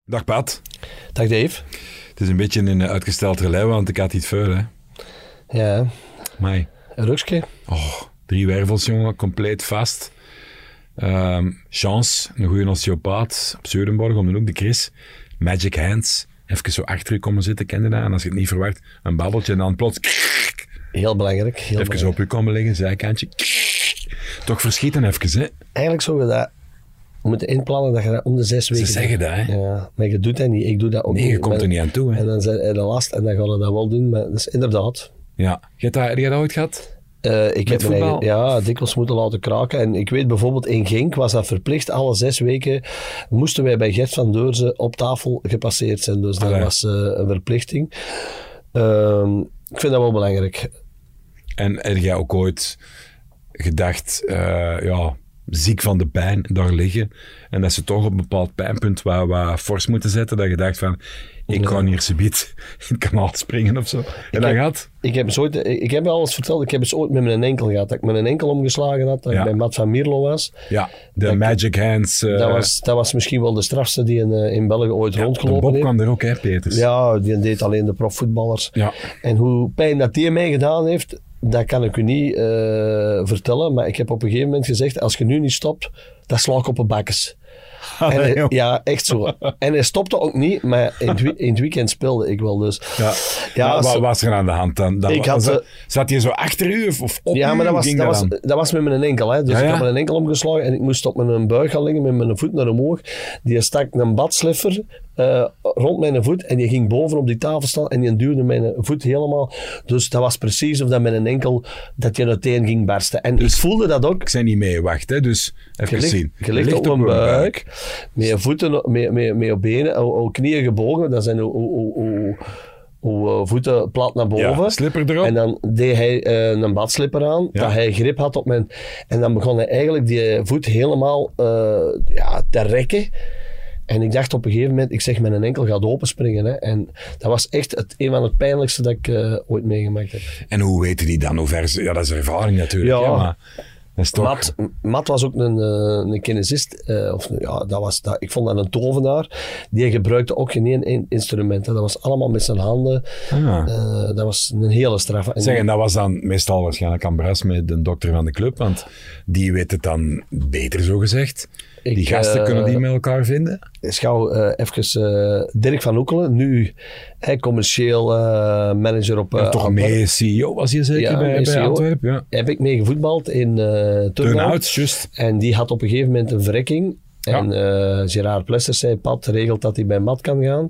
Dag Pat. Dag Dave. Het is een beetje een uitgesteld relais, want ik had iets veel, hè. Ja. Mai. Een rukske. 3 wervels, jongen, compleet vast. Chance, een goede osteopaat op Zuidenborg, om de hoek, de Chris. Magic Hands. Even zo achter je komen zitten, ken je dat? En als je het niet verwacht, een babbeltje en dan plots... Heel belangrijk. Even op je komen liggen, zijkantje. Toch verschieten even, hè. Eigenlijk zou je dat moeten inplannen dat je dat om de 6 weken... Ze zeggen dat, hè. Ja, maar je doet dat niet. Ik doe dat ook niet. Nee, je komt er niet aan toe, hè. En dan zijn je de last en dan gaan we dat wel doen. Maar dat is inderdaad... Ja. Heb je dat ooit gehad? Ik heb mijn eigen, dikwijls moeten laten kraken. En ik weet bijvoorbeeld in Genk was dat verplicht. Alle 6 weken moesten wij bij Gert van Deurzen op tafel gepasseerd zijn. Dus dat was een verplichting. Ik vind dat wel belangrijk. En heb jij ook ooit gedacht, ziek van de pijn, daar liggen, en dat ze toch op een bepaald pijnpunt wat fors moeten zetten, dat je dacht van, ik ga hier subiet in het kanaal springen of zo. En dat gaat? Ik heb alles verteld. Ik heb het ooit met mijn enkel gehad. Dat ik mijn enkel omgeslagen had. Dat ik bij Matt van Mierlo was. Ja, de Magic Hands. Dat was misschien wel de strafste die in België ooit rondgelopen Bob heeft. kwam er ook, hè, Peters? Ja, die deed alleen de profvoetballers. Ja. En hoe pijn dat die mij gedaan heeft, dat kan ik u niet vertellen. Maar ik heb op een gegeven moment gezegd, als je nu niet stopt, dan sla ik op een bakkes. Ja, echt zo. En hij stopte ook niet, maar in het weekend speelde ik wel. Dus. Wat was er aan de hand dan? Zat je zo achter u of op ja, u? Maar dat was met mijn enkel. Hè. Dus ik had mijn enkel omgeslagen en ik moest op mijn buik gaan liggen met mijn voet naar omhoog. Die stak een badsliffer rond mijn voet en die ging boven op die tafel staan en die duwde mijn voet helemaal. Dus dat was precies of dat met een enkel dat je uiteen ging barsten. En dus, ik voelde dat ook. Ik zei niet mee, wacht, hè, dus even zien. Je ligt op een buik, met je voeten, met je benen, knieën gebogen, dat zijn voeten plat naar boven. Ja, slipper erop. En dan deed hij een badslipper aan, dat hij grip had op mijn... En dan begon hij eigenlijk die voet helemaal te rekken. En ik dacht op een gegeven moment, ik zeg, mijn enkel gaat openspringen. Hè. En dat was echt een van het pijnlijkste dat ik ooit meegemaakt heb. En hoe weten die dan? Hoe ver ja, dat is ervaring natuurlijk. Ja, maar dat is toch... Matt was ook een kinesist. Ik vond dat een tovenaar. Die gebruikte ook geen één instrument. Hè. Dat was allemaal met zijn handen. Dat was een hele straf. En dat was dan meestal waarschijnlijk Ambras met de dokter van de club. Want die weet het dan beter, zo gezegd. Die gasten kunnen die met elkaar vinden? Schouw even Dirk van Oekelen, nu commercieel manager op... toch mee CEO was je zeker bij Antwerpen? Ja. Heb ik mee gevoetbald in Turnhout, juist. En die had op een gegeven moment een verrekking. En Gerard Plessers zei, Pat, regelt dat hij bij Matt kan gaan.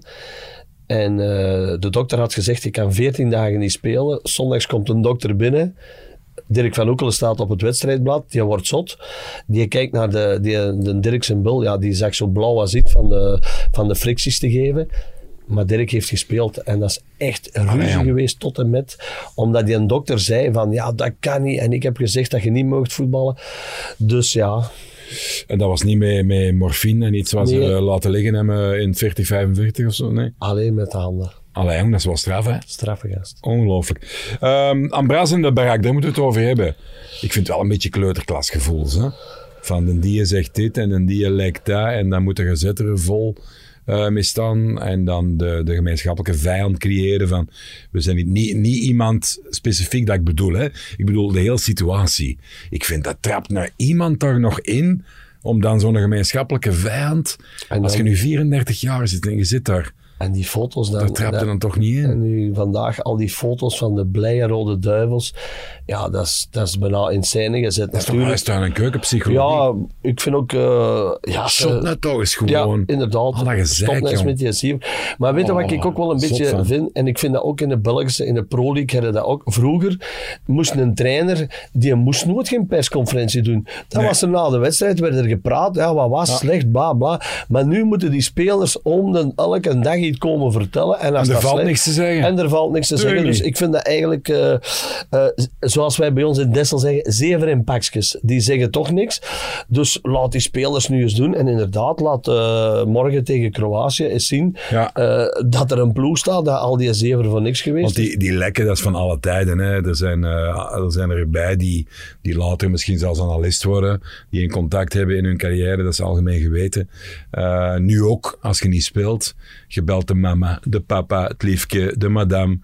En de dokter had gezegd, je kan 14 dagen niet spelen. Zondags komt een dokter binnen. Dirk van Oekelen staat op het wedstrijdblad, die wordt zot. Die kijkt naar de Dirk zijn bul, ja, die zag zo blauw als iets van de fricties te geven. Maar Dirk heeft gespeeld en dat is echt ruzie geweest tot en met. Omdat die een dokter zei van, ja, dat kan niet. En ik heb gezegd dat je niet mag voetballen. Dus ja... En dat was niet met morfine en iets wat ze laten liggen hebben in 40-45 of zo, nee? Alleen met de handen. Allee, jong, dat is wel straf, hè? Straffe gast. Ongelooflijk. Ambras in de barak, daar moeten we het over hebben. Ik vind het wel een beetje kleuterklasgevoel, hè? Van de die zegt dit en de die lijkt dat en dan moet de gezet er vol mee staan en dan de gemeenschappelijke vijand creëren van we zijn niet iemand specifiek dat ik bedoel, hè? Ik bedoel de hele situatie. Ik vind dat trapt naar iemand daar nog in om dan zo'n gemeenschappelijke vijand, als je nu 34 jaar zit en je zit daar. En die foto's dan... Dat trapt er dan toch niet in? En nu vandaag al die foto's van de blije Rode Duivels. Ja, dat is bijna in scène gezet. Dat is toch huistuin- en keukenpsychologie? Ja, ik vind ook... Shot net toch eens gewoon. Ja, inderdaad. Stop net eens met die siever. Maar weet je wat ik ook wel een beetje vind? En ik vind dat ook in de Belgische, in de Pro League, hadden dat ook. Vroeger moest een trainer, die moest nooit geen persconferentie doen. Dan was er na de wedstrijd, werd er gepraat. Ja, wat was slecht, bla bla. Maar nu moeten die spelers elke dag iets niet komen vertellen. En er valt niks te zeggen. En er valt niks te zeggen. Dus ik vind dat eigenlijk, zoals wij bij ons in Dessel zeggen, zeven in pakjes. Die zeggen toch niks. Dus laat die spelers nu eens doen. En inderdaad, laat morgen tegen Kroatië eens zien dat er een ploeg staat, dat al die zeven voor niks geweest is. Want die lekken, dat is van alle tijden. Hè. Er zijn erbij die later misschien zelfs analist worden, die in contact hebben in hun carrière, dat is algemeen geweten. Nu ook, als je niet speelt, je belt de mama, de papa, het liefje, de madame,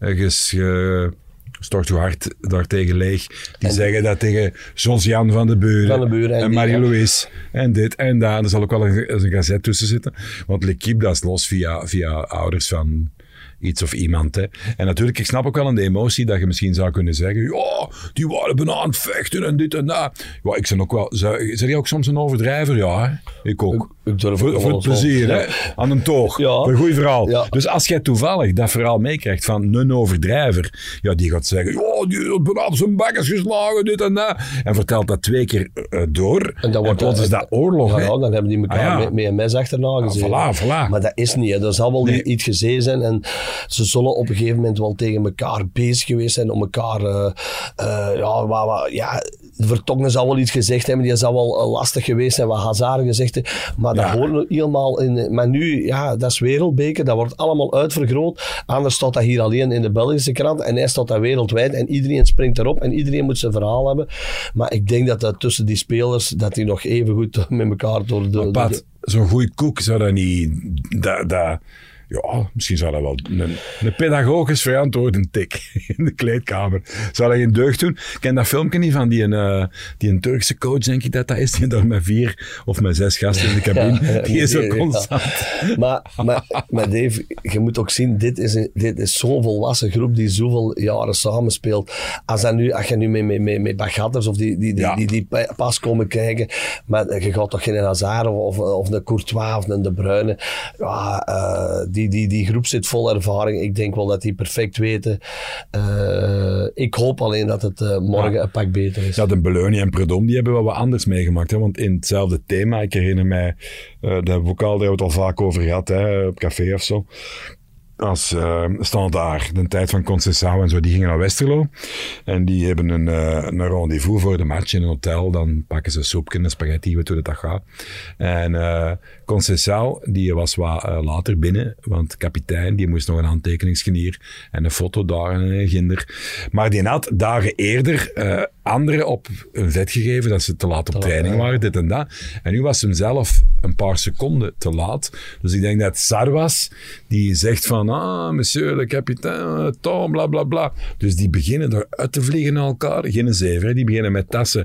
stort je hart daartegen leeg. Die zeggen dat tegen Josiane van de Buren en Marie-Louise en dit en dat. Er zal ook wel een gazet tussen zitten. Want L'Équipe, dat is los via ouders van iets of iemand. Hè. En natuurlijk, ik snap ook wel aan de emotie dat je misschien zou kunnen zeggen, ja, die waren bijna aan het vechten en dit en dat. Ja, ik ben ook wel... Zeg je ook soms een overdrijver? Ja, hè? Ik ook. Ik durf voor het plezier, hè? Aan een toog. Ja. Voor een goed verhaal. Ja. Dus als jij toevallig dat verhaal meekrijgt van een overdrijver, ja, die gaat zeggen, ja, die had bijna zijn bakkers geslagen, dit en dat. En vertelt dat 2 keer door. En plots is dat oorlog. Ja, dan hebben die elkaar met een mes achterna gezien. Voilà. Maar dat is niet. Hè. Er zal wel iets gezien zijn en ze zullen op een gegeven moment wel tegen elkaar bezig geweest zijn om elkaar... Vertongen zal wel iets gezegd hebben, die zal wel lastig geweest zijn, wat Hazard gezegd heeft. Maar dat hoort helemaal in... Maar nu, dat is wereldbeker, dat wordt allemaal uitvergroot. Anders staat dat hier alleen in de Belgische krant en hij staat dat wereldwijd en iedereen springt erop en iedereen moet zijn verhaal hebben. Maar ik denk dat tussen die spelers, dat die nog even goed met elkaar door de... Pat, zo'n goeie koek zou dat niet... Ja, misschien zou dat wel een pedagogisch verantwoorde tik in de kleedkamer. Zou dat geen deugd doen? Ik ken dat filmpje niet van die een Turkse coach, denk ik dat is, die daar met 4 of met 6 gasten in de cabine, die is ook constant. Maar Dave, je moet ook zien, dit is zo'n volwassen groep die zoveel jaren samenspeelt. Als je nu met Bagatters of die pas komen krijgen, maar je gaat toch geen Hazard of een Courtois of een De Bruyne. Ja, die groep zit vol ervaring. Ik denk wel dat die perfect weten. Ik hoop alleen dat het morgen een pak beter is. Ja, de Beleuni en Predom, die hebben wel wat anders meegemaakt. Hè? Want in hetzelfde thema, ik herinner mij, daar hebben we het al vaak over gehad, hè, op café of zo. Als Standaard, de tijd van Conceição en zo, die gingen naar Westerlo. En die hebben een rendezvous voor de match in een hotel. Dan pakken ze soepje en spaghetti, weet hoe dat gaat. En Conceição, die was wat later binnen, want kapitein, die moest nog een handtekeningsgenier en een foto daar en een ginder. Maar die had dagen eerder anderen op een vet gegeven dat ze te laat op training waren, dit en dat. En nu was hem zelf een paar seconden te laat. Dus ik denk dat het Sar was, die zegt van, monsieur le capitaine, Tom, bla bla bla. Dus die beginnen eruit te vliegen naar elkaar. Geen 7, hè. Die beginnen met tassen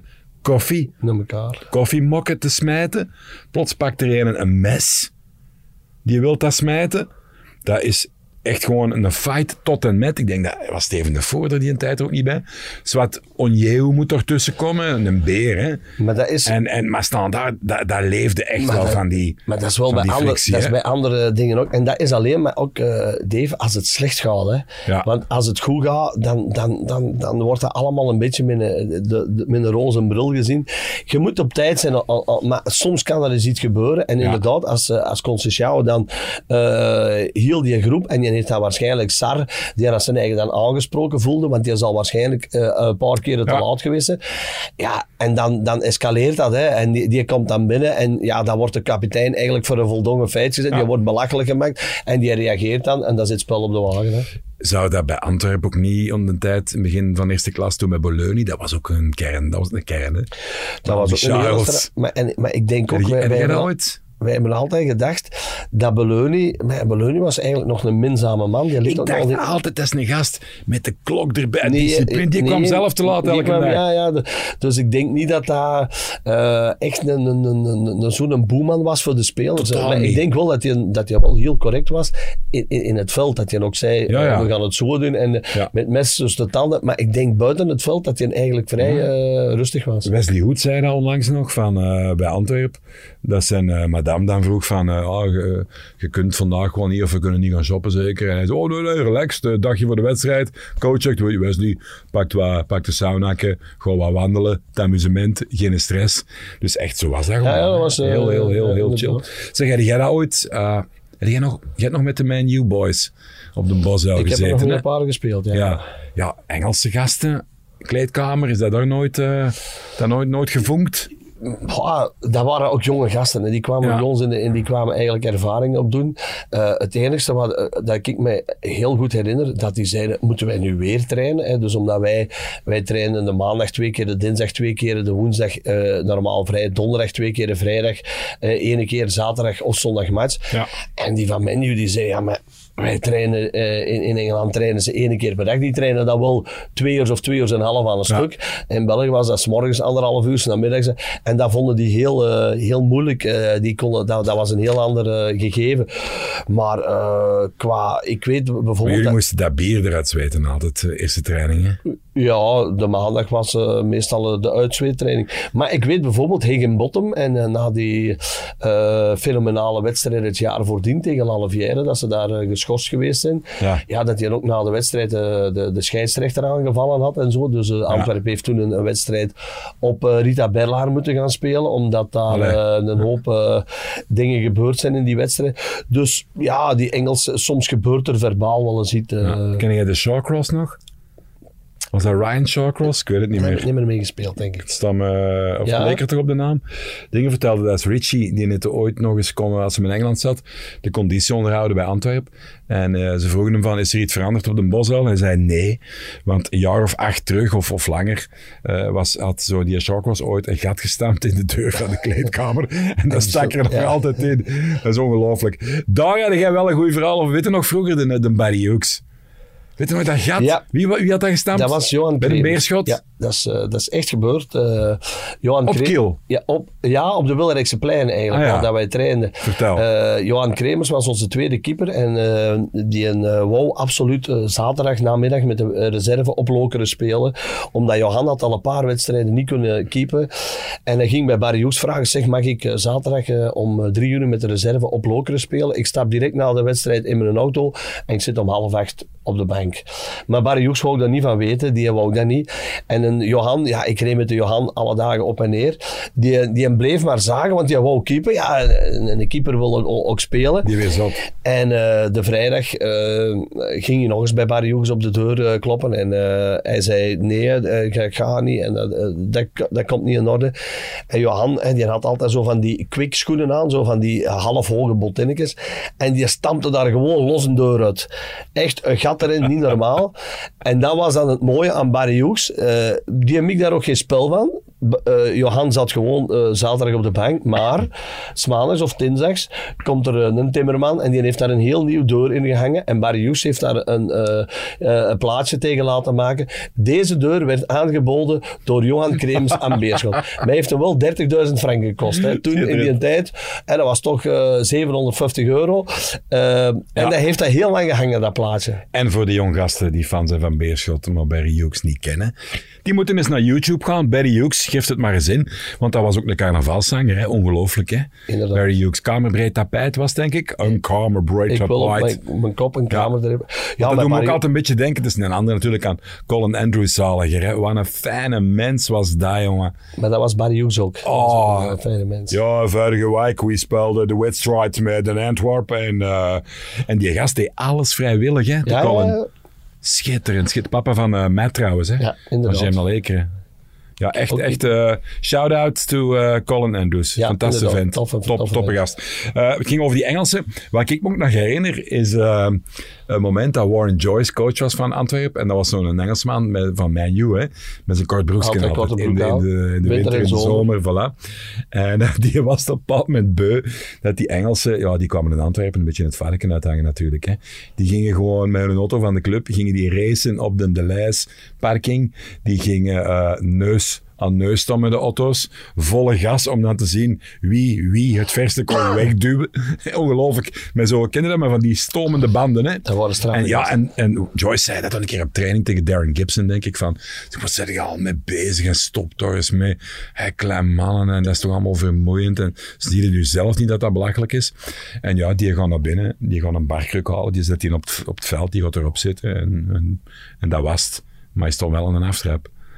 koffiemokken te smijten. Plots pakt er een mes. Die wil dat smijten. Dat is echt gewoon een fight tot en met. Ik denk dat was Steven de Voorde die een tijd er ook niet bij. Zwat Onyewu moet ertussen komen. Een beer, hè. Maar dat is... Maar Standaard, dat leefde echt wel van die Maar dat is wel bij andere dingen ook. En dat is alleen maar ook, Dave, als het slecht gaat. Hè. Ja. Want als het goed gaat, dan wordt dat allemaal een beetje met een roze bril gezien. Je moet op tijd zijn, maar soms kan er eens iets gebeuren. En inderdaad, als Conceição dan heel die groep, en je heeft dan waarschijnlijk Sar, die aan zijn eigen dan aangesproken voelde, want die zal waarschijnlijk een paar keer te laat geweest zijn. Ja, en dan escaleert dat. Hè. En die komt dan binnen en dan wordt de kapitein eigenlijk voor een voldongen feit gezet. Die wordt belachelijk gemaakt en die reageert dan en dat is het spel op de wagen. Hè. Zou dat bij Antwerpen ook niet om de tijd, in het begin van eerste klas, toen met Beleuni, dat was ook een kern. Dat was een kern, hè. Dat was ook een maar ik denk ook... Heb jij dat ooit... Wij hebben altijd gedacht dat Beleuni was eigenlijk nog een minzame man. Ik dacht altijd, dat is een gast met de klok erbij. Die kwam zelf te laat elke dag. Dus ik denk niet dat dat echt zo'n boeman was voor de spelers. Maar ik denk wel dat hij wel heel correct was in het veld. Dat hij ook zei, we gaan het zo doen. En met mes dus de tanden. Maar ik denk buiten het veld dat hij eigenlijk vrij rustig was. Wesley Hoed zei dat onlangs nog van, bij Antwerpen. Dat zijn madame dan vroeg van, je kunt vandaag gewoon niet, of we kunnen niet gaan shoppen zeker. En hij zei, nee, relaxed, dagje voor de wedstrijd. Coach zegt, Wesley, pak de saunaken, gewoon wat wandelen, het amusement, geen stress. Dus echt, zo was dat gewoon. Ja, dat was heel chill. Zeg, heb jij dat ooit... Je hebt nog met de Man U Boys op de Bosuil gezeten. Ik heb er nog hè? een paar gespeeld, ja. Ja, Engelse gasten, kleedkamer, is dat daar nooit gevonked? Dat waren ook jonge gasten. Hè. Die kwamen bij ons en die kwamen eigenlijk ervaring opdoen. Het enige dat ik me heel goed herinner, dat die zeiden, moeten wij nu weer trainen? Hè? Dus omdat wij trainen de maandag 2 keer, de dinsdag 2 keer, de woensdag normaal vrij, donderdag 2 keer, de vrijdag 1 keer, zaterdag of zondag match. Ja. En die van Menu die zei, ja maar wij trainen in Engeland trainen ze 1 keer per dag. Die trainen dat wel 2 uur of 2 uur en een half aan een stuk. In België was dat 's morgens 1,5 uur, 's namiddags. En dat vonden die heel moeilijk. Dat was een heel ander gegeven. Maar ik weet bijvoorbeeld... Maar jullie moesten dat bier eruit zweten altijd, de eerste trainingen. Ja, de maandag was meestal de uitzweettraining. Maar ik weet bijvoorbeeld Higginbottom en na die fenomenale wedstrijd het jaar voordien tegen Lallevière, dat ze daar geschorst geweest zijn. Ja, dat hij ook na de wedstrijd de scheidsrechter aangevallen had en zo. Dus Antwerpen heeft toen een wedstrijd op Rita Berlaar moeten gaan spelen, omdat daar een hoop dingen gebeurd zijn in die wedstrijd. Dus ja, die Engels, soms gebeurt er verbaal wel eens iets. Ken jij de Shawcross nog? Was dat Ryan Shawcross? Ik weet het niet meer. Ik heb niet meer meegespeeld, denk ik. Het staat me lekker toch op de naam. Dingen vertelde dat Richie, die net ooit nog eens kon, als hij in Engeland zat, de conditie onderhouden bij Antwerpen. En ze vroegen hem van, is er iets veranderd op de Bosuil? En hij zei nee, want een jaar of 8 terug of langer had zo die Shawcross ooit een gat gestampt in de deur van de kleedkamer. En dat stak er nog altijd in. Dat is ongelooflijk. Daar had jij wel een goed verhaal over. Weet je nog vroeger de Barry Hughes? Weet je nog dat gat? Ja. Wie had dat gestampt? Dat was Johan Bij een beerschot? Ja, dat is echt gebeurd. Johan op Kiel? Ja, op de Wilderijkse plein eigenlijk, waar dat wij trainden. Vertel. Johan Kremers was onze tweede keeper en die wou absoluut zaterdag namiddag met de reserve op Lokeren spelen, omdat Johan had al een paar wedstrijden niet kunnen keepen. En hij ging bij Barry Hughes vragen, zeg, mag ik zaterdag om 3 uur met de reserve op Lokeren spelen? Ik stap direct na de wedstrijd in mijn auto en ik zit om 7:30 op de bank. Maar Barry Hughes wou daar niet van weten, die wou dat niet. En een Johan, ja, ik reed met de Johan alle dagen op en neer, die bleef maar zagen, want die wou keeper. Ja, een keeper wil ook spelen. Die weer zat. En de vrijdag ging hij nog eens bij Barry Hughes op de deur kloppen en hij zei, nee, ik ga niet en dat komt niet in orde. En Johan, die had altijd zo van die quick schoenen aan, zo van die halfhoge botinnetjes, en die stampte daar gewoon los een deur uit. Echt een gat erin, niet normaal. En dat was dan het mooie aan Barry Hughes. Die heb ik daar ook geen spel van. Johan zat gewoon zaterdag op de bank, maar 's maandags of dinsdags komt er een timmerman en die heeft daar een heel nieuw deur in gehangen en Barry Hughes heeft daar een plaatsje tegen laten maken. Deze deur werd aangeboden door Johan Kremers aan Beerschot. Mij heeft hem wel 30.000 frank gekost. Hè. Toen in die tijd, en dat was toch €750. En dat heeft daar heel lang gehangen, dat plaatje. En voor de jonggasten die fan zijn van Beerschot, maar Barry Hughes niet kennen, die moeten eens naar YouTube gaan. Barry Hughes, geeft het maar eens in. Want dat was ook een carnavalszanger, hè? Ongelooflijk, hè? Inderdaad. Barry Hughes, kamerbreed tapijt was, denk ik. Een kamerbreed tapijt. Ik wil op mijn kop een kamer hebben. Ja, dat doet me ook altijd een beetje denken. Het is een ander natuurlijk aan Colin Andrews zaliger, hè? Wat een fijne mens was dat, jongen. Maar dat was Barry Hughes ook. Oh, een fijne mens. Ja, vorige week, we speelden de wedstrijd met Antwerpen. En die gast deed alles vrijwillig, hè? Ja. Schitterend. Papa van Matt trouwens, hè? Ja, inderdaad. Van Jim Lekeren. Ja, echt shout-out to Colin Andrews. Ja, fantastische vent. Toffe gast. Het ging over die Engelsen. Wat ik me ook nog herinner is een moment dat Warren Joyce coach was van Antwerpen. En dat was zo'n Engelsman van Man U, hè, met zijn kort broekje in de winter, in de zomer. Voilà. En die was op pad met beu dat die Engelsen, ja, die kwamen in Antwerpen een beetje in het varken uithangen natuurlijk. Hè. Die gingen gewoon met hun auto van de club, gingen die racen op de Deleis parking. Die gingen aan neus staan met de auto's, volle gas om dan te zien wie het verste kon wegduwen. Ongelooflijk. Met zo, ken je dat, maar van die stomende banden. Hè? Dat waren straffen. En Joyce zei dat dan een keer op training tegen Darren Gibson, denk ik, van, wat zit je al mee bezig en stop toch eens mee. Hey, klein mannen, en dat is toch allemaal vermoeiend. En ze zien nu zelf niet dat dat belachelijk is. En ja, die gaan naar binnen, die gaan een barkruk halen, die zet die op het veld, die gaat erop zitten en dat was het. Maar hij stond wel aan een aftrap.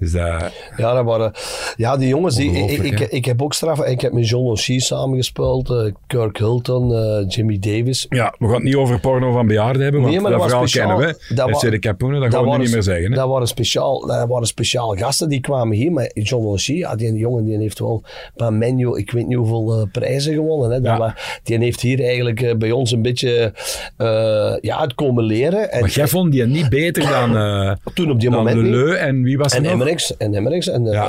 Dus dat... Ja, dat waren... Ja, die jongens, Ongelooflijk, hè? ik heb ook straffen. Ik heb met John O'Shea samengespeeld, Kirk Hilton, Jimmy Davis. Ja, we gaan het niet over porno van bejaarden hebben, want Nee, maar dat dat was verhaal speciaal. kennen we. FC de Kapoenen, dat gaan we nu niet meer zeggen. Hè? Dat waren speciaal gasten die kwamen hier. Maar John O'Shea, die jongen die heeft wel bij Menu, ik weet niet hoeveel prijzen gewonnen. Hè. Die heeft hier eigenlijk bij ons een beetje het komen leren. En, maar jij vond die niet beter dan, toen op die dan moment Leleu en wie was er nog? Emmerich.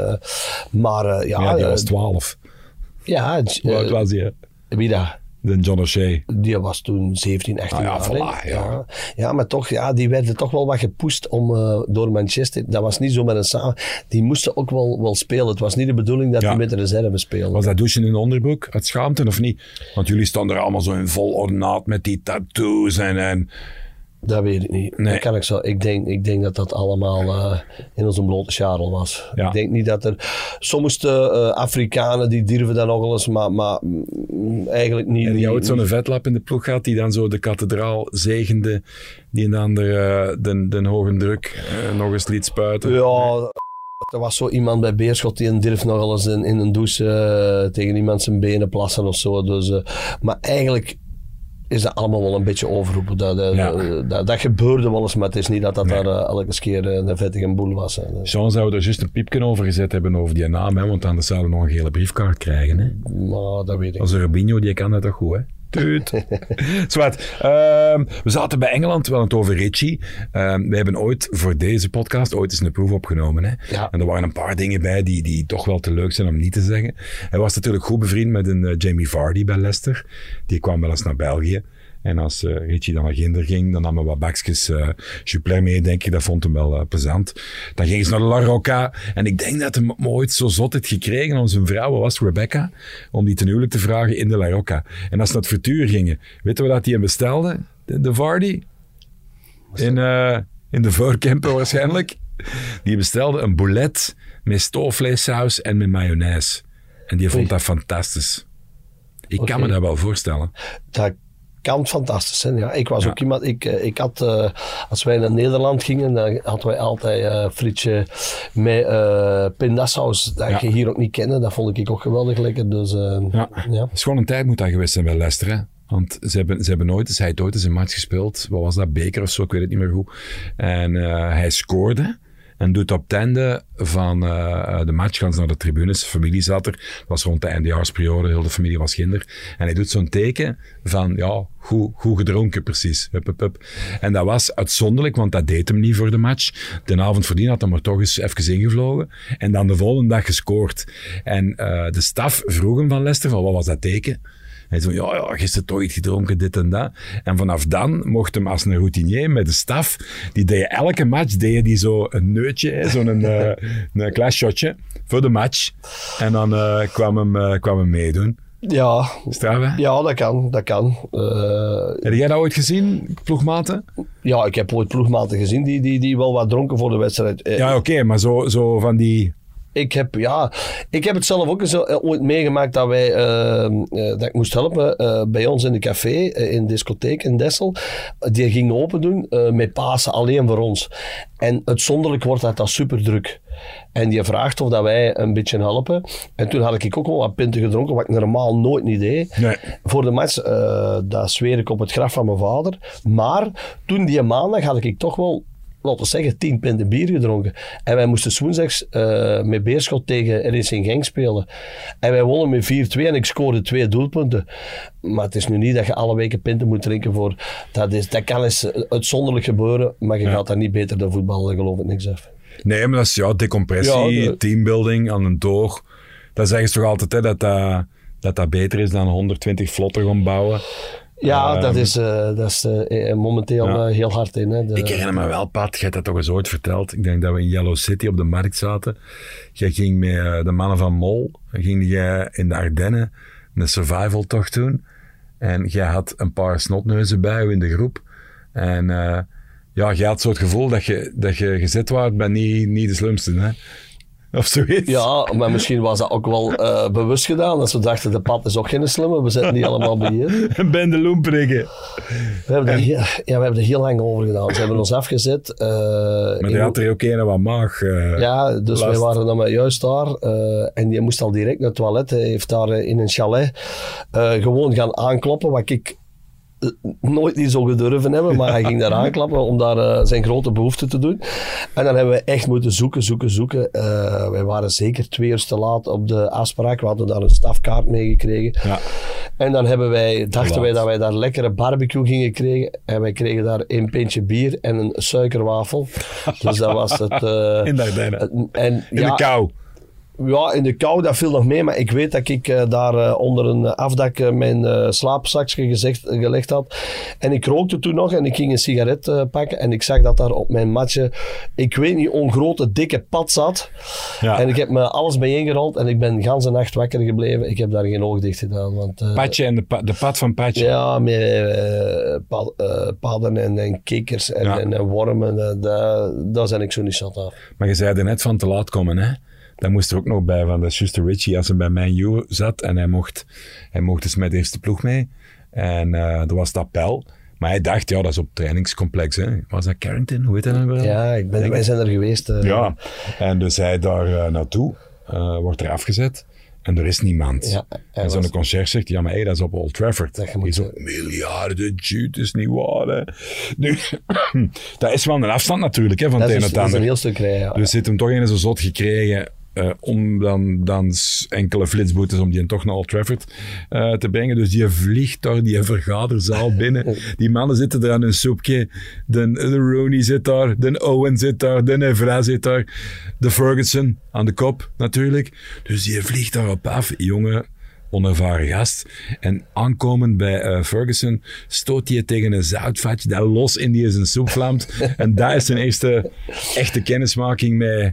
Maar Ja, die was 12. Ja, Hoe oud was die? Wie dat? De John O'Shea. Die was toen 17, 18 jaar. Voilà, ja. Ja, maar toch, die werden toch wel wat gepusht door Manchester. Dat was niet zo met een samen. Die moesten ook wel spelen. Het was niet de bedoeling dat die met de reserve speelden. Was dat douchen in de onderbroek? Uit schaamte of niet? Want jullie stonden er allemaal zo in vol ornaat met die tattoos en... Dat weet ik niet. Nee. Dat kan ik zo. Ik denk dat dat allemaal in onze blote scharrel was. Ja. Ik denk niet dat er... Sommige Afrikanen die durven dat nog wel eens, maar eigenlijk niet. En die had zo'n vetlap in de ploeg gehad die dan zo de kathedraal zegende, die dan de hoge druk nog eens liet spuiten. Ja... Er was zo iemand bij Beerschot die durft nog wel eens in een douche tegen iemand zijn benen plassen of zo. Dus, maar eigenlijk is dat allemaal wel een beetje overroepen. Dat gebeurde wel eens, maar het is niet dat daar elke keer een vettige boel was. Jean zou er juist een piepje over gezet hebben over die naam, hè, want anders zouden we nog een gele briefkaart krijgen. Hè. Maar dat weet ik. Als een Robinho, die kan dat toch goed, hè? Tuut. Zwart. We zaten bij Engeland, wel het over Richie. We hebben ooit voor deze podcast ooit eens een proef opgenomen. Hè? Ja. En er waren een paar dingen bij die toch wel te leuk zijn om niet te zeggen. Hij was natuurlijk goed bevriend met een Jamie Vardy bij Leicester. Die kwam wel eens naar België. En als Richie dan naar Ginder ging, dan nam hij wat bakjes Jupiler mee, denk ik. Dat vond hem wel plezant. Dan gingen ze naar de La Rocca. En ik denk dat hij ooit zo zot heeft gekregen aan zijn vrouw, was Rebecca, om die ten huwelijk te vragen in de La Rocca. En als ze naar het frituur gingen, weten we dat hij hem bestelde? De Vardy? In de voorkemper waarschijnlijk. Die bestelde een boulet met stoofvleessaus en met mayonaise. En die vond dat fantastisch. Ik kan me dat wel voorstellen. Dat kan fantastisch zijn, ja. Ik was ook iemand... Ik had... als wij naar Nederland gingen, dan hadden wij altijd frietje met pindasaus. Dat je hier ook niet kende. Dat vond ik ook geweldig lekker. Dus, Het is gewoon een tijd moet dat geweest zijn bij Leicester, hè. Want ze hebben ooit eens een match gespeeld. Wat was dat? Beker of zo? Ik weet het niet meer goed. En hij scoorde. En doet op het einde van de match, gaan ze naar de tribunes, de familie zat er, het was rond de eindejaarsperiode, heel de familie was ginder. En hij doet zo'n teken van, goed gedronken precies. Hup, hup, hup. En dat was uitzonderlijk, want dat deed hem niet voor de match. De avond voordien had hij maar toch eens even ingevlogen. En dan de volgende dag gescoord. En de staf vroeg hem van Leicester, van wat was dat teken? Hij zei, gisteren toch iets gedronken, dit en dat. En vanaf dan mocht hem als een routinier met de staf, die deed elke match, deed die zo een neutje, een klein shotje voor de match. En dan kwam hem meedoen. Ja. Straf, hè? Ja, dat kan. Heb jij dat ooit gezien, ploegmaten? Ja, ik heb ooit ploegmaten gezien die wel wat dronken voor de wedstrijd. Ja, oké, maar zo van die... Ik heb het zelf ook eens ooit meegemaakt dat ik moest helpen bij ons in de café, in de discotheek in Dessel. Die ging open doen met Pasen alleen voor ons. En uitzonderlijk wordt dat super druk. En die vraagt of dat wij een beetje helpen. En toen had ik ook wel wat pinten gedronken, wat ik normaal nooit niet deed. Nee. Voor de match, dat zweer ik op het graf van mijn vader. Maar toen die maandag had ik toch wel, laten we zeggen, 10 pinten bier gedronken. En wij moesten 's woensdags met Beerschot tegen Racing Genk spelen. En wij wonnen met 4-2 en ik scoorde 2 doelpunten. Maar het is nu niet dat je alle weken pinten moet drinken voor... Dat kan eens uitzonderlijk gebeuren, maar je gaat daar niet beter dan voetbal, geloof ik niks af. Nee, maar dat is decompressie, teambuilding aan een toog. Dat zeggen ze toch altijd, hè, dat beter is dan 120 vlotter gaan bouwen. Ja, dat is momenteel heel hard in. Hè. Ik herinner me wel, Pat, jij hebt dat toch eens ooit verteld. Ik denk dat we in Yellow City op de markt zaten. Jij ging met de mannen van Mol, ging jij in de Ardennen een survival tocht doen. En jij had een paar snotneuzen bij u in de groep. En jij had zo het gevoel dat je gezet was bij niet de slimste, hè? Of zoiets. Ja, maar misschien was dat ook wel bewust gedaan. Dat ze dachten, de pad is ook geen slimme. We zetten die allemaal beheer. En ben de loemprikken. We hebben er heel lang over gedaan. Ze hebben ons afgezet. Maar die had er ook een wat maag. Ja, dus last. wij waren dan maar juist daar. En die moest al direct naar het toilet. Hij heeft daar in een chalet gewoon gaan aankloppen. Wat ik nooit niet zo gedurven hebben, maar hij ging daar aanklappen om daar zijn grote behoefte te doen. En dan hebben we echt moeten zoeken. Wij waren zeker 2 uur te laat op de afspraak. We hadden daar een stafkaart meegekregen. Ja. En dan dachten wij dat wij daar lekkere barbecue gingen krijgen. En wij kregen daar 1 pintje bier en een suikerwafel. Dus dat was het... in de Ardennen. In de kou. Ja, in de kou, dat viel nog mee. Maar ik weet dat ik daar onder een afdak mijn slaapzakje gelegd had. En ik rookte toen nog en ik ging een sigaret pakken. En ik zag dat daar op mijn matje, ik weet niet, ongrote, dikke pad zat. Ja. En ik heb me alles bijeengerold en ik ben de ganse nacht wakker gebleven. Ik heb daar geen oog dicht gedaan. Want, Patje en de pad van Patje. Ja, met padden en kikkers en wormen. Daar ben ik zo niet zat af. Maar je zei er net van te laat komen, hè? Daar moest er ook nog bij van, dat is juist Richie, als hij bij Man U zat en hij mocht dus met de eerste ploeg mee. En er was dat appel. Maar hij dacht, ja, dat is op het trainingscomplex. Hè. Was dat Carrington? Hoe heet dat nou wel? Ja, wij zijn er geweest. Ja, en dus hij daar naartoe, wordt er afgezet. En er is niemand. Ja, en zo'n conciërge zegt, ja, maar hey, dat is op Old Trafford. Dat is op miljarden, het is niet waar. Hè. Nu, dat is wel een afstand natuurlijk, hè, van het een en het ander. Dat is een heel stuk rijden. Ja. Dus zit hem toch in zo'n zot gekregen om dan enkele flitsboetes om die toch naar Old Trafford te brengen. Dus die vliegt door die vergaderzaal binnen. Die mannen zitten er aan hun soepje. De Rooney zit daar, de Owen zit daar, de Evra zit daar, de Ferguson aan de kop natuurlijk. Dus die vliegt daarop af, jongen. Onervaren gast. En aankomend bij Ferguson stoot hij tegen een zoutvatje dat los in die zijn soep vlamt. En dat is zijn eerste echte kennismaking met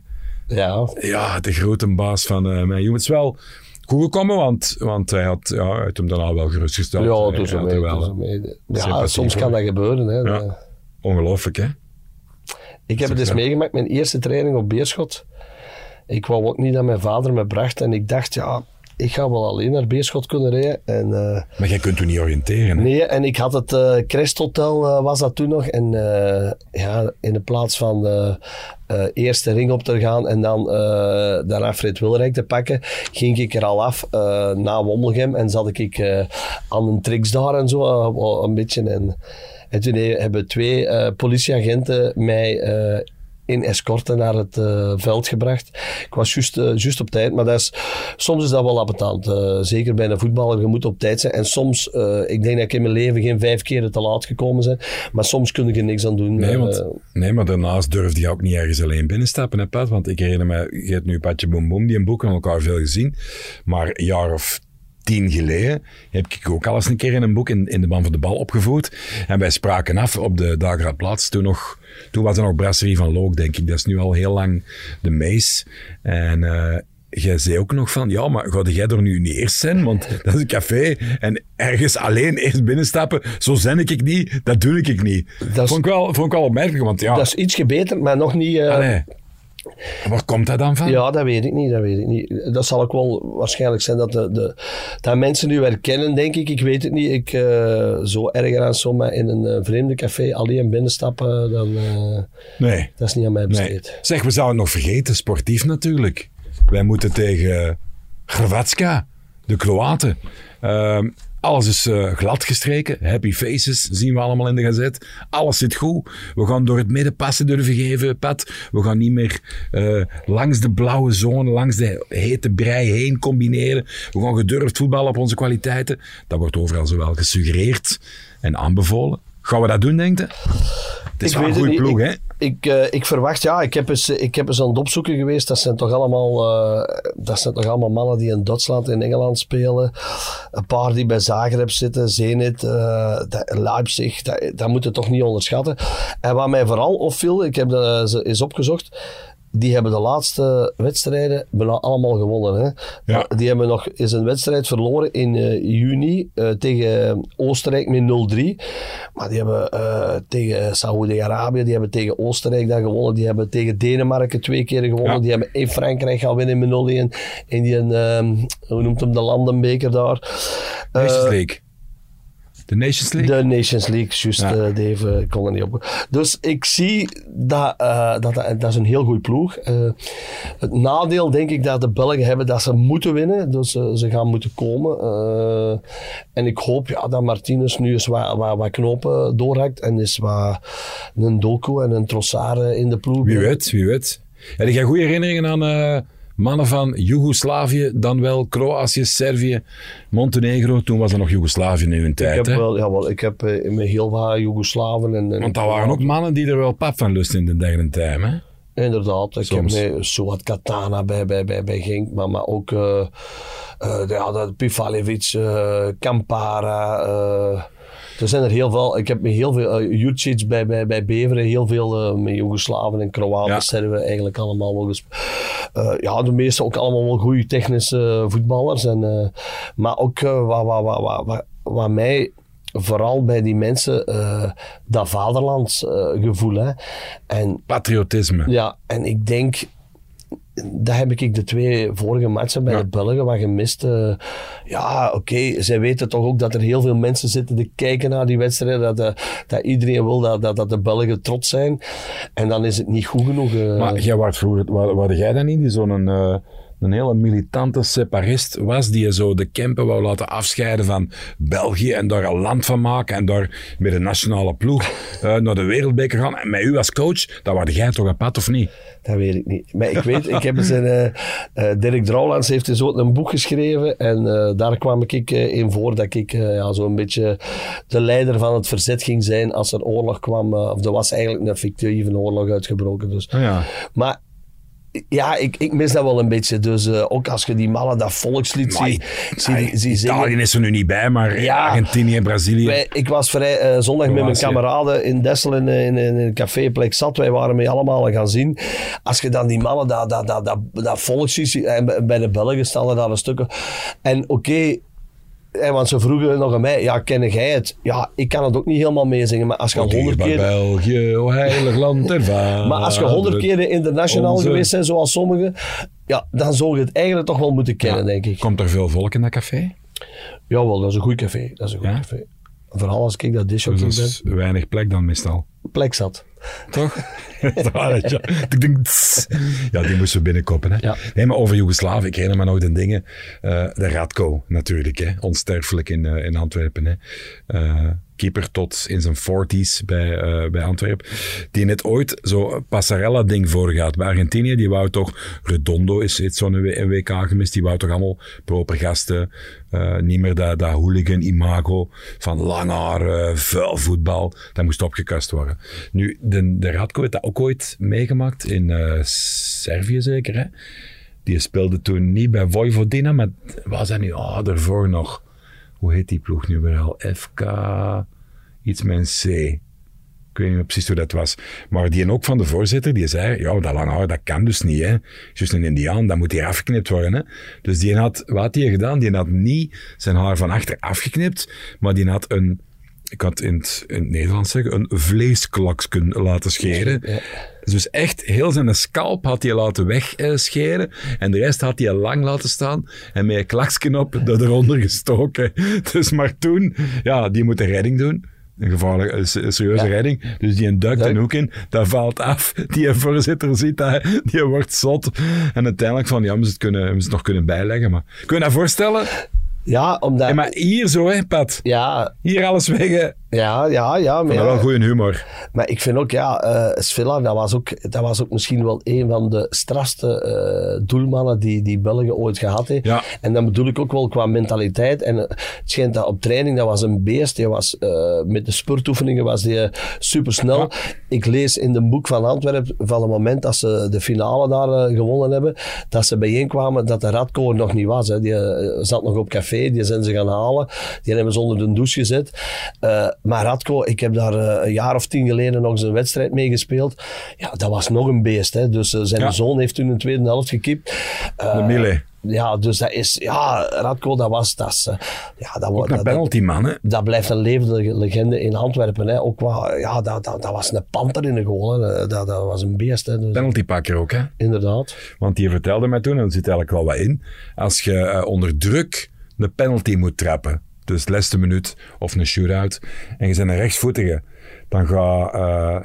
de grote baas van mijn jongen. Het is wel goed gekomen, want hij had hem daarna wel gerustgesteld. Ja, soms kan dat gebeuren. Hè. Ja. Ongelooflijk, hè? Ik heb het dus meegemaakt, mijn eerste training op Beerschot. Ik wou ook niet dat mijn vader me bracht en ik dacht, ik ga wel alleen naar Beerschot kunnen rijden. Maar jij kunt toen niet oriënteren, hè? Nee, en ik had het Crest Hotel, was dat toen nog. En in de plaats van eerst de ring op te gaan en dan daarna Fred Wilrijk te pakken, ging ik er al af na Wommelgem en zat ik aan een tricks daar en zo, een beetje. En toen hebben 2 politieagenten mij in escorte naar het veld gebracht. Ik was juist op tijd, maar soms is dat wel appetant. Zeker bij een voetballer, je moet op tijd zijn. En soms, ik denk dat ik in mijn leven geen 5 keer te laat gekomen ben, maar soms kun ik er niks aan doen. Nee, maar daarnaast durfde je ook niet ergens alleen binnenstappen, hè, Pat? Want ik herinner me, je hebt nu Patje Boom Boom, die een boek aan elkaar veel gezien, maar een jaar of 10 geleden heb ik ook al eens een keer in een boek in de Ban van de Bal opgevoerd. En wij spraken af op de Dageraadplaats. Toen was er nog Brasserie van Look, denk ik. Dat is nu al heel lang de Mees. En jij zei ook nog van, ja, maar ga jij er nu niet eerst zijn? Want dat is een café. En ergens alleen eerst binnenstappen, zo zen ik niet, dat doe ik niet. Vond ik wel opmerkelijk. Want, ja, dat is ietsje beter, maar nog niet... Waar komt dat dan van? Ja, dat weet ik niet. Dat zal ook wel waarschijnlijk zijn dat mensen nu herkennen, denk ik. Ik weet het niet. Zo erger aan zomaar in een vreemde café alleen binnenstappen, dan... Nee. Dat is niet aan mij besteed. Nee. Zeg, we zouden het nog vergeten, sportief natuurlijk. Wij moeten tegen Hrvatska, de Kroaten. Alles is glad gestreken. Happy faces zien we allemaal in de gazet. Alles zit goed. We gaan door het midden passen durven geven, Pat. We gaan niet meer langs de blauwe zone, langs de hete brei heen combineren. We gaan gedurfd voetballen op onze kwaliteiten. Dat wordt overal zowel gesuggereerd en aanbevolen. Gaan we dat doen, denk je? Het is wel een goede ploeg, hè? Ik verwacht, ik heb eens aan het opzoeken geweest. Dat zijn toch allemaal mannen die in Duitsland en Engeland spelen. Een paar die bij Zagreb zitten, Zenit, Leipzig. Dat moet je toch niet onderschatten. En wat mij vooral opviel, ik heb dat eens opgezocht. die hebben de laatste wedstrijden bijna allemaal gewonnen. Hè? Ja. Die hebben nog eens een wedstrijd verloren in juni tegen Oostenrijk met 0-3. Maar die hebben tegen Saoedi-Arabië, die hebben tegen Oostenrijk dan gewonnen. Die hebben tegen Denemarken 2 keer gewonnen. Ja. Die hebben in Frankrijk gaan winnen met 0-1. In die, hoe noemt hem, de Landenbeker daar. Nations League. De Nations League? De Nations League, juist, Ja. Dave, ik kon er niet op. Dus ik zie dat is een heel goed ploeg. Het nadeel denk ik dat de Belgen hebben dat ze moeten winnen, dus ze gaan moeten komen. En ik hoop dat Martinez nu eens wat knopen doorhakt en is wat een Doku en een Trossard in de ploeg. Wie weet. Heb jij goede herinneringen aan mannen van Joegoslavië, dan wel Kroatië, Servië, Montenegro? Toen was dat nog Joegoslavië in hun tijd. Ik heb met heel wat Joegoslaven en Want dat waren ook mannen die er wel pap van lusten in de derde time, hè? Inderdaad, ik Soms. heb met Suat Katana bij Genk, maar ook Pivalevic, Kampara. Er zijn er heel veel. Ik heb met heel veel Jurcic bij Beveren, heel veel met Joegoslaven en Kroaten, Ja. Serven eigenlijk allemaal wel de meeste ook allemaal wel goede technische voetballers. Maar ook wat mij vooral bij die mensen dat vaderlandsgevoel. Hè. En Patriotisme. ja, en ik denk, dat heb ik de 2 vorige matchen bij de Belgen wat gemist. Zij weten toch ook dat er heel veel mensen zitten te kijken naar die wedstrijden. Dat iedereen wil dat de Belgen trots zijn. En dan is het niet goed genoeg. Maar jij was vroeger, waren jij dan niet die zo'n een hele militante separist was, die zo de Kempen wou laten afscheiden van België en daar een land van maken en daar met de nationale ploeg naar de wereldbeker gaan. En met u als coach, dat was jij toch een pad of niet? Dat weet ik niet. Maar ik weet, ik heb Dirk Drouwlands heeft dus ook een boek geschreven en daar kwam ik in voor dat ik zo'n beetje de leider van het verzet ging zijn als er oorlog kwam. Of er was eigenlijk een fictieve oorlog uitgebroken. Dus. Oh ja. Maar ja, ik mis dat wel een beetje. Dus ook als je die mannen dat volkslied ziet zingen. Italië is er nu niet bij, maar Argentinië, Brazilië. Ik was zondag met mijn kameraden in Dessel in een café Plek Zat. Wij waren mee allemaal gaan zien. Als je dan die mannen dat volkslied ziet, en bij de Belgen staan er daar een stukken. En oké, want ze vroegen nog aan mij, ken jij het? Ja, ik kan het ook niet helemaal meezingen, maar als je al 100 keer... België, o heilig land der vader. Maar als je 100 keer internationaal geweest bent, zoals sommigen, dan zou je het eigenlijk toch wel moeten kennen, denk ik. Komt er veel volk in dat café? Jawel, dat is een goed café. Café. Vooral als ik dat disjockey Dus dat is weinig plek dan meestal. Plek zat. Toch? Ja, die moesten we binnenkoppen. Hè? Ja. Nee, maar over Joegoslavië, ik herinner me nog de dingen. De Radko natuurlijk, hè? Onsterfelijk in Antwerpen. Hè? Keeper tot in zijn 40's bij Antwerpen. Die net ooit zo'n Passarella-ding voorgaat. Bij Argentinië, die wou toch... Redondo is zo'n WK gemist. Die wou toch allemaal proper gasten. Niet meer dat hooligan imago van lang haar, vuil voetbal. Dat moest opgekast worden. Nu, de Radko heeft dat ook ooit meegemaakt in Servië zeker. Hè? Die speelde toen niet bij Vojvodina, maar was dat nu? Daarvoor nog... Hoe heet die ploeg nu weer al? FK... Iets met een C. Ik weet niet meer precies hoe dat was. Maar die ook van de voorzitter, die zei... Ja, dat lang haar, dat kan dus niet, hè. Juist een Indiaan, dat moet hier afgeknipt worden, hè. Dus die had... Wat had hij gedaan? Die had niet zijn haar van achter afgeknipt, maar die had een... Ik had in het Nederlands zeggen, een vleesklaksken laten scheren. Ja. Dus echt, heel zijn scalp had hij laten wegscheren. En de rest had hij lang laten staan. En met een klaksken op eronder gestoken. Dus maar toen, die moet een redding doen. Een gevaarlijke, serieuze redding. Dus die duikt een hoek in, dat valt af. Die voorzitter ziet dat, die wordt zot. En uiteindelijk van, we moeten het nog kunnen bijleggen. Maar kun je dat voorstellen? Ja, omdat... Ja, maar hier zo, hè, Pat? Ja. Hier alles weg, Ja. Maar wel goede humor. Maar ik vind ook, Svila, dat was ook misschien wel een van de strafste doelmannen die België ooit gehad heeft. Ja. En dan bedoel ik ook wel qua mentaliteit. En het schijnt dat op training, dat was een beest. Die was, met de spurtoefeningen was die supersnel. Ja. Ik lees in de boek van Antwerpen van het moment dat ze de finale daar gewonnen hebben, dat ze bijeenkwamen dat de Radko nog niet was. Hè. Die zat nog op café café, die zijn ze gaan halen. Die hebben ze onder de douche gezet. Maar Radko, ik heb daar een jaar of 10 geleden nog eens een wedstrijd mee gespeeld. Ja, dat was nog een beest. Hè. Dus zijn zoon heeft toen in de tweede helft gekipt. De Mille. Ja, dus dat is... Ja, Radko, ook een penaltyman, hè? Dat blijft een levende legende in Antwerpen. Hè. Ook dat was een panter in de goal. Hè. Dat was een beest. Hè. Dus, penaltypakker ook, hè? Inderdaad. Want die vertelde mij toen, en er zit eigenlijk wel wat in, als je onder druk een penalty moet trappen, dus de laatste minuut of een shootout, en je bent een rechtsvoetige, dan gaat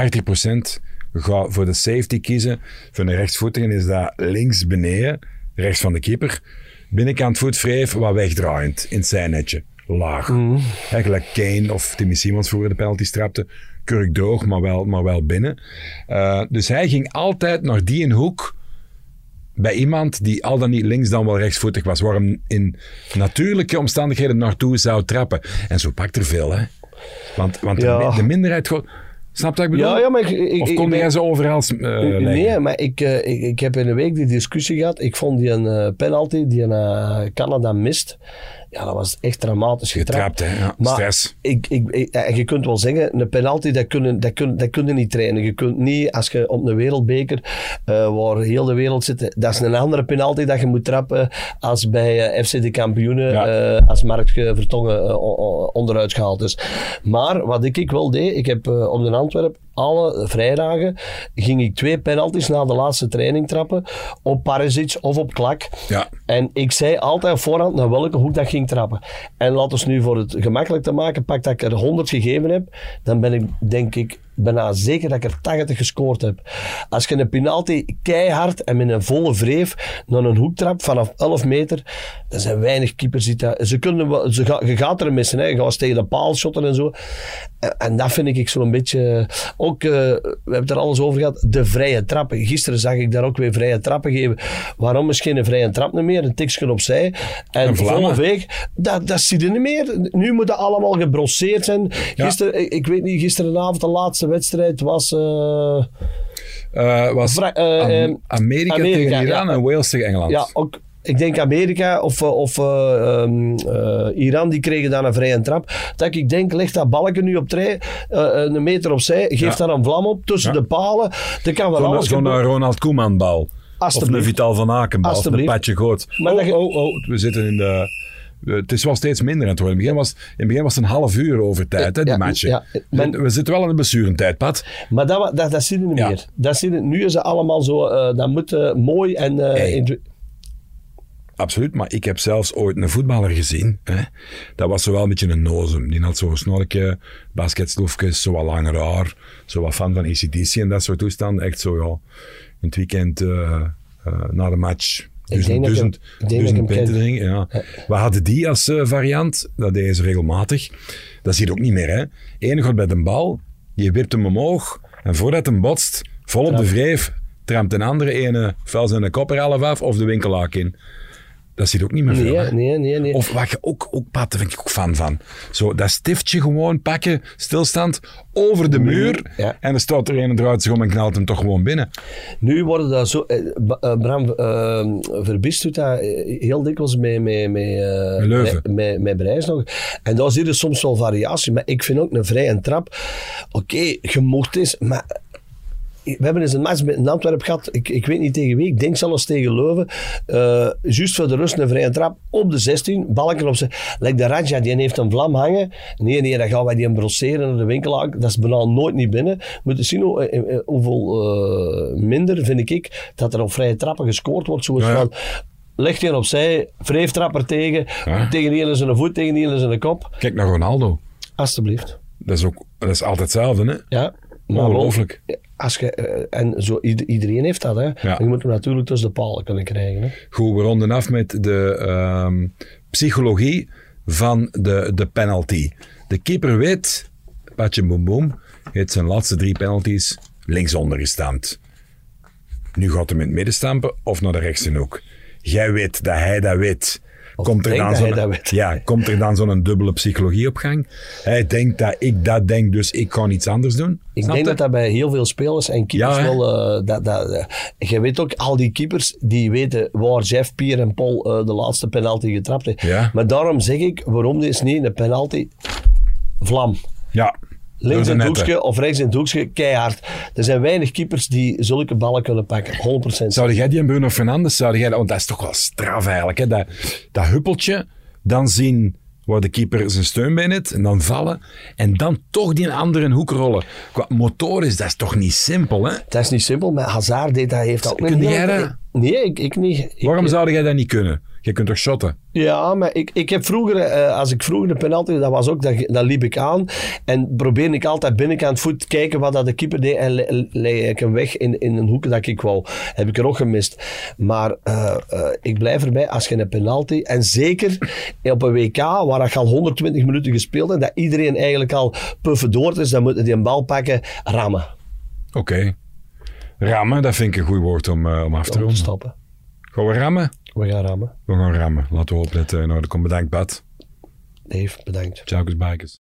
80% voor de safety kiezen. Voor een rechtsvoetige is dat links beneden, rechts van de keeper, binnenkant voetvreef, wat wegdraaiend in het zijnetje. Laag. Eigenlijk Kane of Timmy Simons vroeger de penalty trapte. Kurkdroog, maar wel binnen. Dus hij ging altijd naar die een hoek bij iemand die al dan niet links dan wel rechtsvoetig was. Waar hem in natuurlijke omstandigheden naartoe zou trappen. En zo pakt er veel, hè. Want de minderheid... Snap je wat ik bedoel? Ja, maar of kon jij ze overal leggen? Nee, maar ik heb in een week die discussie gehad. Ik vond die een penalty die Canada mist. Ja, dat was echt dramatisch getrapt. Hè? Ja, maar stress. Je kunt wel zeggen, een penalty, dat kun je niet trainen. Je kunt niet, als je op een wereldbeker, waar heel de wereld zit, dat is een andere penalty dat je moet trappen als bij FC de Kampioenen, als Mark Vertongen onderuit gehaald is. Maar wat ik wel deed, ik heb op de Antwerp alle vrijdagen ging ik 2 penalties na de laatste training trappen op Parisic of op Klak. Ja. En ik zei altijd op voorhand naar welke hoek dat ging trappen. En laten we nu voor het gemakkelijk te maken, pak dat ik er 100 gegeven heb, dan ben ik, denk ik, bijna zeker dat ik er 80 gescoord heb. Als je een penalty keihard en met een volle wreef naar een hoek trapt vanaf 11 meter, er zijn weinig keepers die dat... Je gaat er missen, hè. Je gaat tegen de paal shotten en zo. En dat vind ik zo'n beetje... Ook, we hebben het er alles over gehad, de vrije trappen. Gisteren zag ik daar ook weer vrije trappen geven. Waarom is geen vrije trap niet meer? Een tikje opzij. En volle weeg, dat zie je niet meer. Nu moet dat allemaal gebrosseerd zijn. Ja. Gisteren, ik weet niet, gisteravond de laatste wedstrijd was... Amerika tegen Iran en Wales tegen Engeland. Ja, ook... Ik denk Amerika of Iran, die kregen dan een vrije trap. Dat ik denk, leg dat balken nu op 3, een meter opzij, geef daar een vlam op tussen de palen. Dat kan wel alles gebeuren. Zo'n Ronald Koeman bal. Of een Vital van Aken bal. Of een Patje Goot. We zitten in de... Het is wel steeds minder aan het worden. In het begin was het een half uur over tijd, hè, die matchen. Ja, we zitten wel in een blessurentijd, Pat. Maar dat zie je niet meer. Dat zie je, nu is het allemaal zo... dat moet mooi en... Absoluut, maar ik heb zelfs ooit een voetballer gezien. Hè? Dat was zo wel een beetje een nozem. Die had zo'n snorkje, basketsloefjes, zo wat langer haar, zo wat fan van AC/DC en dat soort toestanden. Echt zo, ja, in het weekend na de match... Duizend punten drinken. Ja. We hadden die als variant, dat deden ze regelmatig. Dat zie je ook niet meer. Hè. Eén gaat bij de bal, je wipt hem omhoog en voordat hem botst, vol op de wreef, trampt een andere ene, vuil zijn kop er half af of de winkelhaak in. Dat zit ook niet meer veel. Nee. Of wat je ook Pat, daar ben ik ook fan van. Zo, dat stiftje gewoon pakken, stilstand, over de muur. Ja. En dan staat er een draait zich om en knalt hem toch gewoon binnen. Nu worden dat zo... Bram Verbiest doet dat heel dikwijls met Brijs nog. En daar zie je soms wel variatie. Maar ik vind ook een vrije trap... Oké, je mocht eens... Maar... We hebben eens een match met Antwerpen gehad, ik weet niet tegen wie, ik denk zelfs tegen Leuven. Juist voor de rust een vrije trap op de 16, balken op zijn... Like de Radja, die heeft een vlam hangen. Nee, dan gaan wij die brosseren naar de winkelhaak. Dat is bijna nooit niet binnen. We moeten zien hoeveel minder, vind ik, dat er op vrije trappen gescoord wordt. Zoals van... Leg je opzij, wreeftrapper tegen die ene zijn voet, tegen die ene zijn kop. Kijk naar Ronaldo. Alsjeblieft. Dat is altijd hetzelfde, hè? Ja. Ongelooflijk. En zo, iedereen heeft dat, hè. Ja. Je moet hem natuurlijk tussen de palen kunnen krijgen. Hè. Goed, we ronden af met de psychologie van de penalty. De keeper weet, Patje Boem Boem, heeft zijn laatste 3 penalties linksonder gestampt. Nu gaat hij in het midden stampen of naar de rechtse hoek. Jij weet dat hij dat weet. Komt er dan zo'n dubbele psychologie op gang? Hij denkt dat ik dat denk, dus ik ga iets anders doen. Ik denk dat dat bij heel veel spelers en keepers Ja, wel... je weet ook, al die keepers, die weten waar Jeff, Pierre en Paul de laatste penalty getrapt hebben. Ja. Maar daarom zeg ik, waarom is niet een penalty vlam? Ja. Links in het hoekje of rechts in het hoekje, keihard. Er zijn weinig keepers die zulke ballen kunnen pakken. 100%. Zou jij die en Bruno Fernandes, want dat is toch wel straf eigenlijk, hè? Dat huppeltje, dan zien waar de keeper zijn steunbeen heeft en dan vallen en dan toch die andere hoek rollen. Qua motorisch, dat is toch niet simpel, hè? Dat is niet simpel, maar Hazard deed dat, heeft ook Kun jij dat? Nee, ik niet. Waarom zou jij dat niet kunnen? Je kunt toch shotten? Ja, maar ik heb vroeger, als ik vroeger de penalty, dat was ook, dan liep ik aan en probeerde ik altijd binnenkant voet kijken wat dat de keeper deed en leeg ik hem weg in een hoek dat ik wou. Heb ik er ook gemist. Maar ik blijf erbij, als je een penalty, en zeker op een WK, waar je al 120 minuten gespeeld hebt, dat iedereen eigenlijk al puffen door is, dan moet je die een bal pakken, rammen. Oké. Rammen, dat vind ik een goed woord om af te ronden. Stoppen. Gaan we rammen? We gaan rammen. We gaan rammen. Laten we opletten. Nou, dan komt bedankt, Bad. Dave, bedankt. Ciao, bikers.